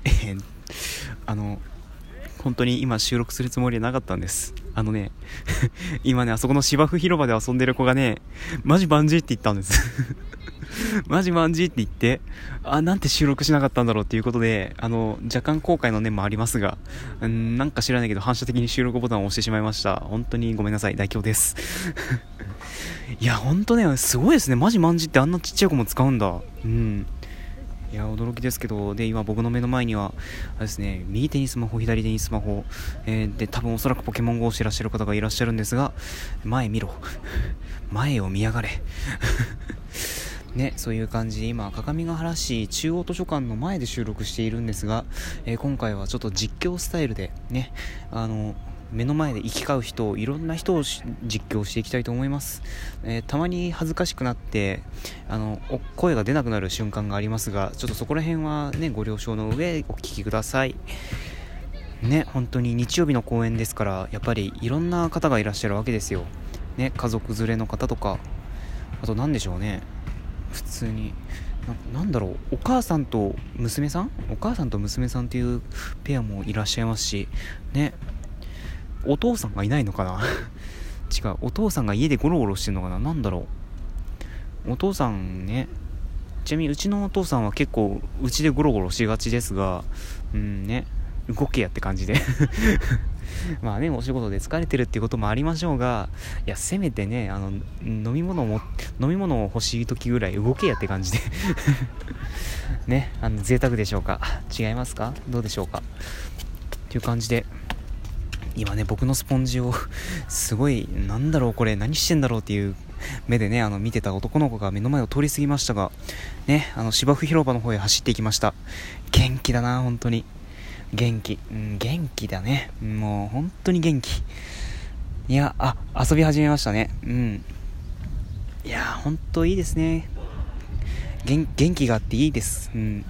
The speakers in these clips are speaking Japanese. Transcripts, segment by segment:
ー本当に今収録するつもりはなかったんです。今ね、あそこの芝生広場で遊んでる子がね、マジバンジーって言ったんですマジバンジーって言って、なんて収録しなかったんだろうっていうことで、若干後悔の念もありますが、なんか知らないけど反射的に収録ボタンを押してしまいました。本当にごめんなさい、代表ですいや本当ね、すごいですね。マジバンジーってあんなちっちゃい子も使うんだ。いや驚きですけど、で今僕の目の前にはあれですね、右手にスマホ左手にスマホ、で多分おそらくポケモン GO をしてらっしゃる方がいらっしゃるんですが、前見ろ前を見やがれね、そういう感じで今各務原市中央図書館の前で収録しているんですが、今回はちょっと実況スタイルでね、目の前で行き交う人、いろんな人を実況していきたいと思います。たまに恥ずかしくなって声が出なくなる瞬間がありますが、ちょっとそこら辺はねご了承の上お聞きくださいね。本当に日曜日の公演ですから、やっぱりいろんな方がいらっしゃるわけですよね。家族連れの方とか、あと何でしょうね、普通になんだろう、お母さんと娘さんっていうペアもいらっしゃいますしね。お父さんがいないのかな違う、お父さんが家でゴロゴロしてるのかな。なんだろう、お父さんね。ちなみにうちのお父さんは結構うちでゴロゴロしがちですが、ね、動けやって感じでまあね、お仕事で疲れてるっていうこともありましょうが、いやせめてね、飲み物を欲しい時ぐらい動けやって感じでね、贅沢でしょうか、違いますか、どうでしょうかっていう感じで、今ね僕のスポンジをすごい、なんだろうこれ何してんだろうっていう目でね見てた男の子が目の前を通り過ぎましたがね、芝生広場の方へ走っていきました。元気だな、本当に元気、元気だね、もう本当に元気。いや遊び始めましたね。いや本当いいですね。元気があっていいです。ね、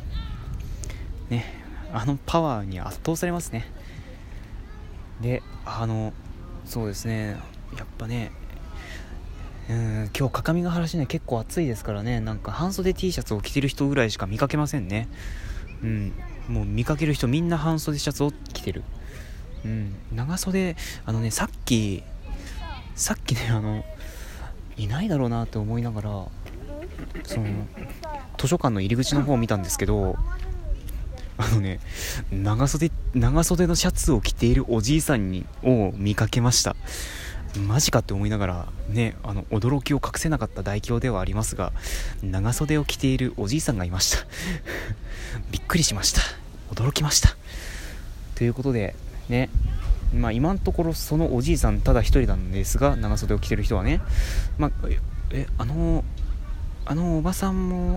パワーに圧倒されますね。でそうですね、やっぱね、今日各務原市ね結構暑いですからね、なんか半袖 T シャツを着てる人ぐらいしか見かけませんね。もう見かける人みんな半袖シャツを着てる。長袖、さっきねいないだろうなって思いながらその図書館の入り口の方を見たんですけど、長袖のシャツを着ているおじいさんを見かけました。マジかって思いながらね、驚きを隠せなかった代表ではありますが、長袖を着ているおじいさんがいましたびっくりしました、驚きました。ということでね、今のところそのおじいさんただ一人なんですが、長袖を着てる人はね、おばさんも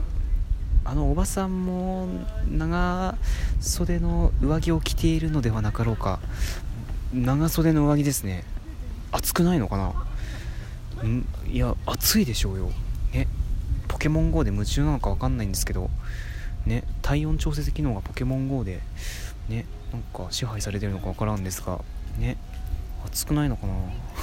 長袖の上着を着ているのではなかろうか。長袖の上着ですね。暑くないのかな。いや暑いでしょうよ、ね、ポケモン GO で夢中なのか分かんないんですけどね、体温調節機能がポケモン GO でね、なんか支配されてるのか分からんですがね、暑くないのかな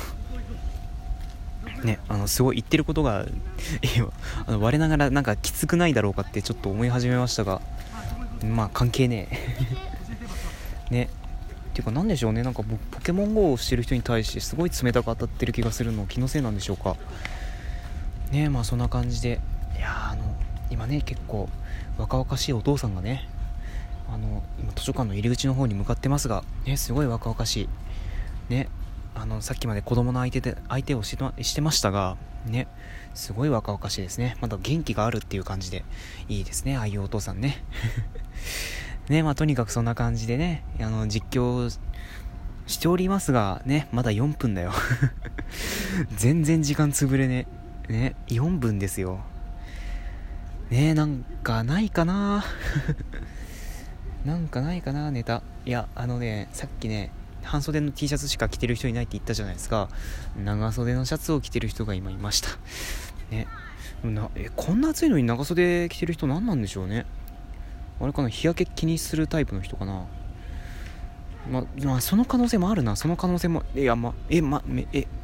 ね、すごい言ってることが我ながらなんかきつくないだろうかってちょっと思い始めましたが、関係ねえね。っていうかなんでしょうね、なんか僕ポケモン GO をしてる人に対してすごい冷たく当たってる気がするの、気のせいなんでしょうかね。そんな感じで、いや今ね結構若々しいお父さんがね今図書館の入り口の方に向かってますがね、すごい若々しいね。さっきまで子供の相手をしてましたがね、すごい若々しいですね。まだ元気があるっていう感じでいいですね、ああいうお父さんねね、とにかくそんな感じでね、実況しておりますがね、まだ4分だよ全然時間潰れね4分ですよね。なんかないかななんかないかなネタ。いやさっきね半袖の T シャツしか着てる人いないって言ったじゃないですか。長袖のシャツを着てる人が今いましたね。こんな暑いのに長袖着てる人何なんでしょうね。あれかな、日焼け気にするタイプの人かな。その可能性もあるな。その可能性も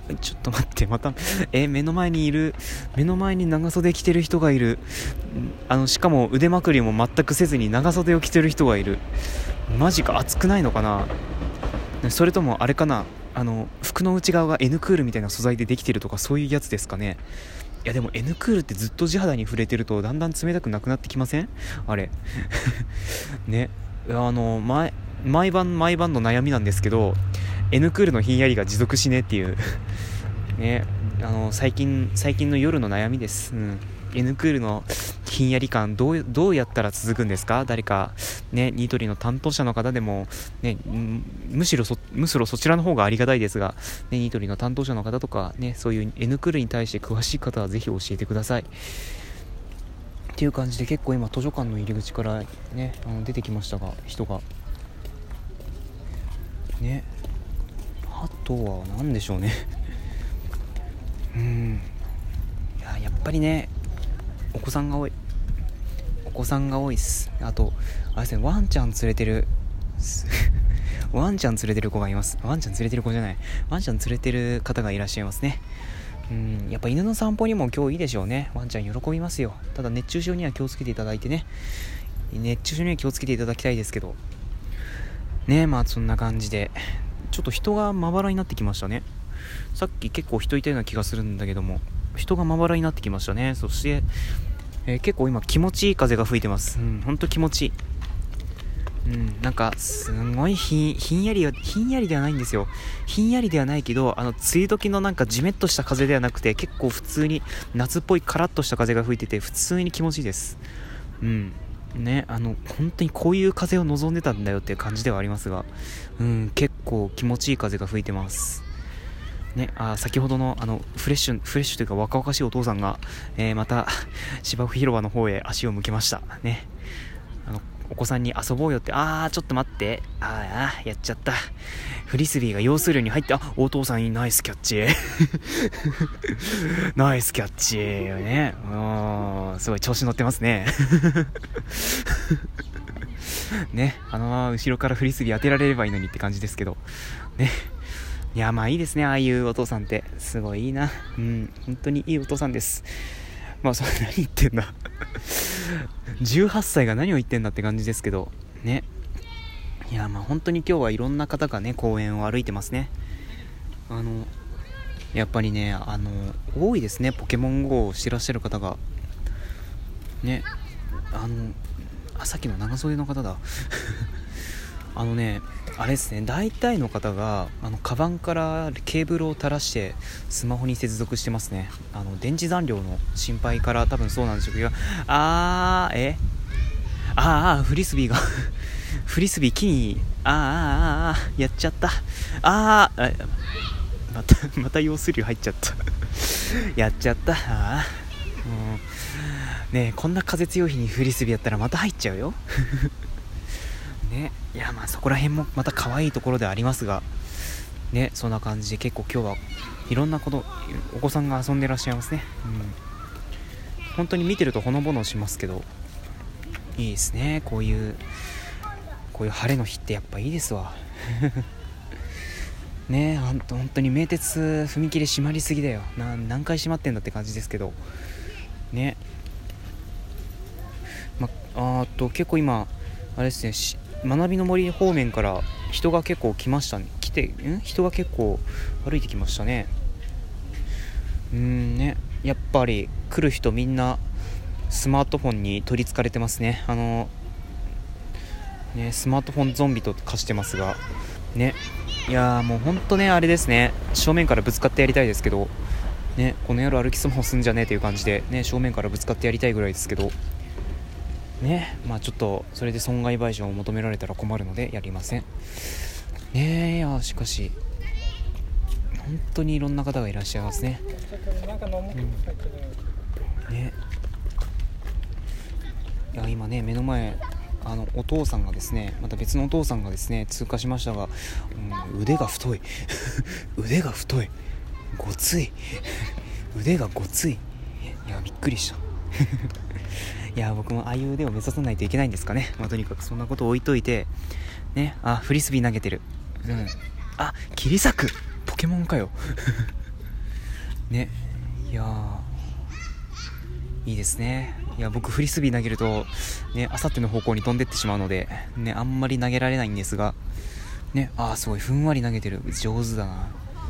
ちょっと待って、また目の前に長袖着てる人がいる。しかも腕まくりも全くせずに長袖を着てる人がいる。マジか、暑くないのかな。それともあれかな、服の内側が N クールみたいな素材でできてるとか、そういうやつですかね。いやでも N クールってずっと地肌に触れてるとだんだん冷たくなくなってきません？あれね、毎晩の悩みなんですけど、 N クールのひんやりが持続しねっていうね、最近の夜の悩みです。N クールのひんやり感どうやったら続くんですか？誰かね、ニトリの担当者の方でもね、むしろそちらの方がありがたいですが、ね、ニトリの担当者の方とかね、そういう N クールに対して詳しい方はぜひ教えてくださいっていう感じで、結構今図書館の入り口からね、出てきましたが、人がね、あとは何でしょうねやっぱりね、お子さんが多いっす。あとあれですね、ワンちゃん連れてる子がいます。ワンちゃん連れてる方がいらっしゃいますね。やっぱ犬の散歩にも今日いいでしょうね。ワンちゃん喜びますよ。ただ熱中症には気をつけていただいてね、熱中症には気をつけていただきたいですけどね。まあそんな感じでちょっと人がまばらになってきましたね。さっき結構人いたような気がするんだけども、人がまばらになってきましたね。そして、結構今気持ちいい風が吹いてます。ほんと気持ちいい。なんかすごいひんやりではないんですよ。ひんやりではないけど、梅雨時のなんかジメッとした風ではなくて、結構普通に夏っぽいカラッとした風が吹いてて、普通に気持ちいいです。ね、本当にこういう風を望んでたんだよっていう感じではありますが、結構気持ちいい風が吹いてますね。先ほどのフレッシュというか若々しいお父さんが、また芝生広場の方へ足を向けましたね。お子さんに遊ぼうよって、ちょっと待って、やっちゃった。フリスビーが用水路に入って、お父さんにナイスキャッチナイスキャッチね。すごい調子乗ってますねね、後ろからフリスビー当てられればいいのにって感じですけどね。いや、まあいいですね、ああいうお父さんってすごいいいな。本当にいいお父さんです。まあそれ何言ってんだ18歳が何を言ってんだって感じですけどね。いや、まあ本当に今日はいろんな方がね、公園を歩いてますね。やっぱりね、多いですね、ポケモン GO をしてらっしゃる方がね。さっきの長袖の方だあれですね、大体の方がカバンからケーブルを垂らしてスマホに接続してますね。電池残量の心配から多分そうなんでしょうけど、フリスビーがフリスビー木にやっちゃった。また用水量入っちゃったやっちゃった。ねえ、こんな風強い日にフリスビーやったらまた入っちゃうよね。いや、まあそこら辺もまた可愛いところではありますがね、そんな感じで結構今日はいろんなお子さんが遊んでらっしゃいますね。本当に見てるとほのぼのしますけど、いいですね。こういう晴れの日ってやっぱいいですわね。本当に名鉄踏切閉まりすぎだよ。何回閉まってんだって感じですけどね。結構今あれですね、学びの森方面から人が結構来ましたね。人が結構歩いてきましたね。ね、やっぱり来る人みんなスマートフォンに取りつかれてますね。スマートフォンゾンビと化してますがね。いやもうほんとね、あれですね、正面からぶつかってやりたいですけどね、この野郎歩きスマホすんじゃねえという感じでね、正面からぶつかってやりたいぐらいですけどね。まあちょっとそれで損害賠償を求められたら困るのでやりませんね。いやしかし本当にいろんな方がいらっしゃいますね。ね、いや今ね、目の前お父さんがですね、また別のお父さんがですね通過しましたが、腕が太い腕が太い、ごつい腕がごつい。いやびっくりしたいや僕もああいう腕を目指さないといけないんですかね。とにかくそんなことを置いといてね。フリスビー投げてる。切り裂くポケモンかよね。いやいいですね。いや僕フリスビー投げるとね、あさっての方向に飛んでってしまうのでね、あんまり投げられないんですがね、すごいふんわり投げてる、上手だな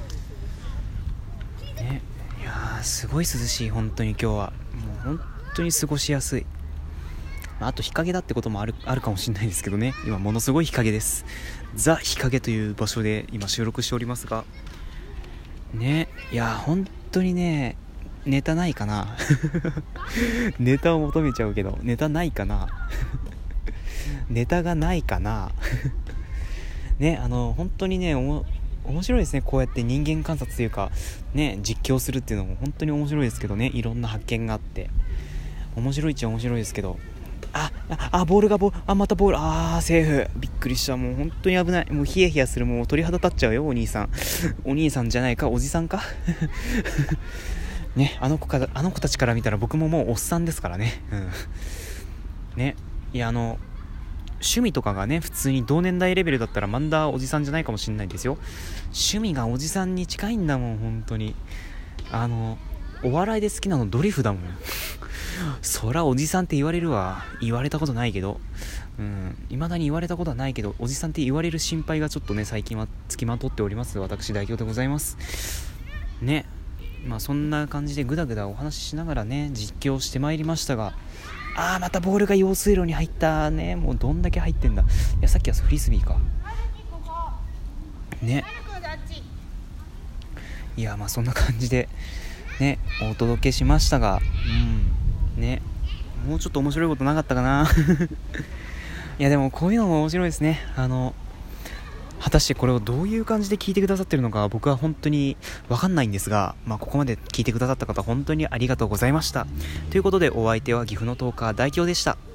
ね。いやすごい涼しい、本当に今日はもう本当に過ごしやすい。あと日陰だってこともあるかもしれないですけどね、今ものすごい日陰です。ザ日陰という場所で今収録しておりますがね。いや本当にね、ネタないかなネタを求めちゃうけどネタないかなネタがないかなね。本当にね、面白いですね。こうやって人間観察というかね、実況するっていうのも本当に面白いですけどね、いろんな発見があって面白いっちゃ面白いですけど、ボールがまたボール、セーフ、びっくりした。もう本当に危ない。もうヒヤヒヤする。もう鳥肌立っちゃうよ、お兄さん。お兄さんじゃないか、おじさんかね、あの子たちから見たら僕ももうおっさんですからね。ね。いや趣味とかがね、普通に同年代レベルだったらまんだおじさんじゃないかもしれないですよ。趣味がおじさんに近いんだもん、本当に。お笑いで好きなのドリフだもんそらおじさんって言われるわ。言われたことないけど、未だに言われたことはないけど、おじさんって言われる心配がちょっとね、最近はつきまとっております。私代表でございますね。そんな感じでぐだぐだお話ししながらね、実況してまいりましたが、またボールが用水路に入ったね。もうどんだけ入ってんだ。いやさっきはフリスビーかね。いやそんな感じでね、お届けしましたが、ね、もうちょっと面白いことなかったかないやでもこういうのも面白いですね。果たしてこれをどういう感じで聞いてくださってるのか僕は本当に分かんないんですが、ここまで聞いてくださった方本当にありがとうございました。ということでお相手は岐阜のトーカー大京でした。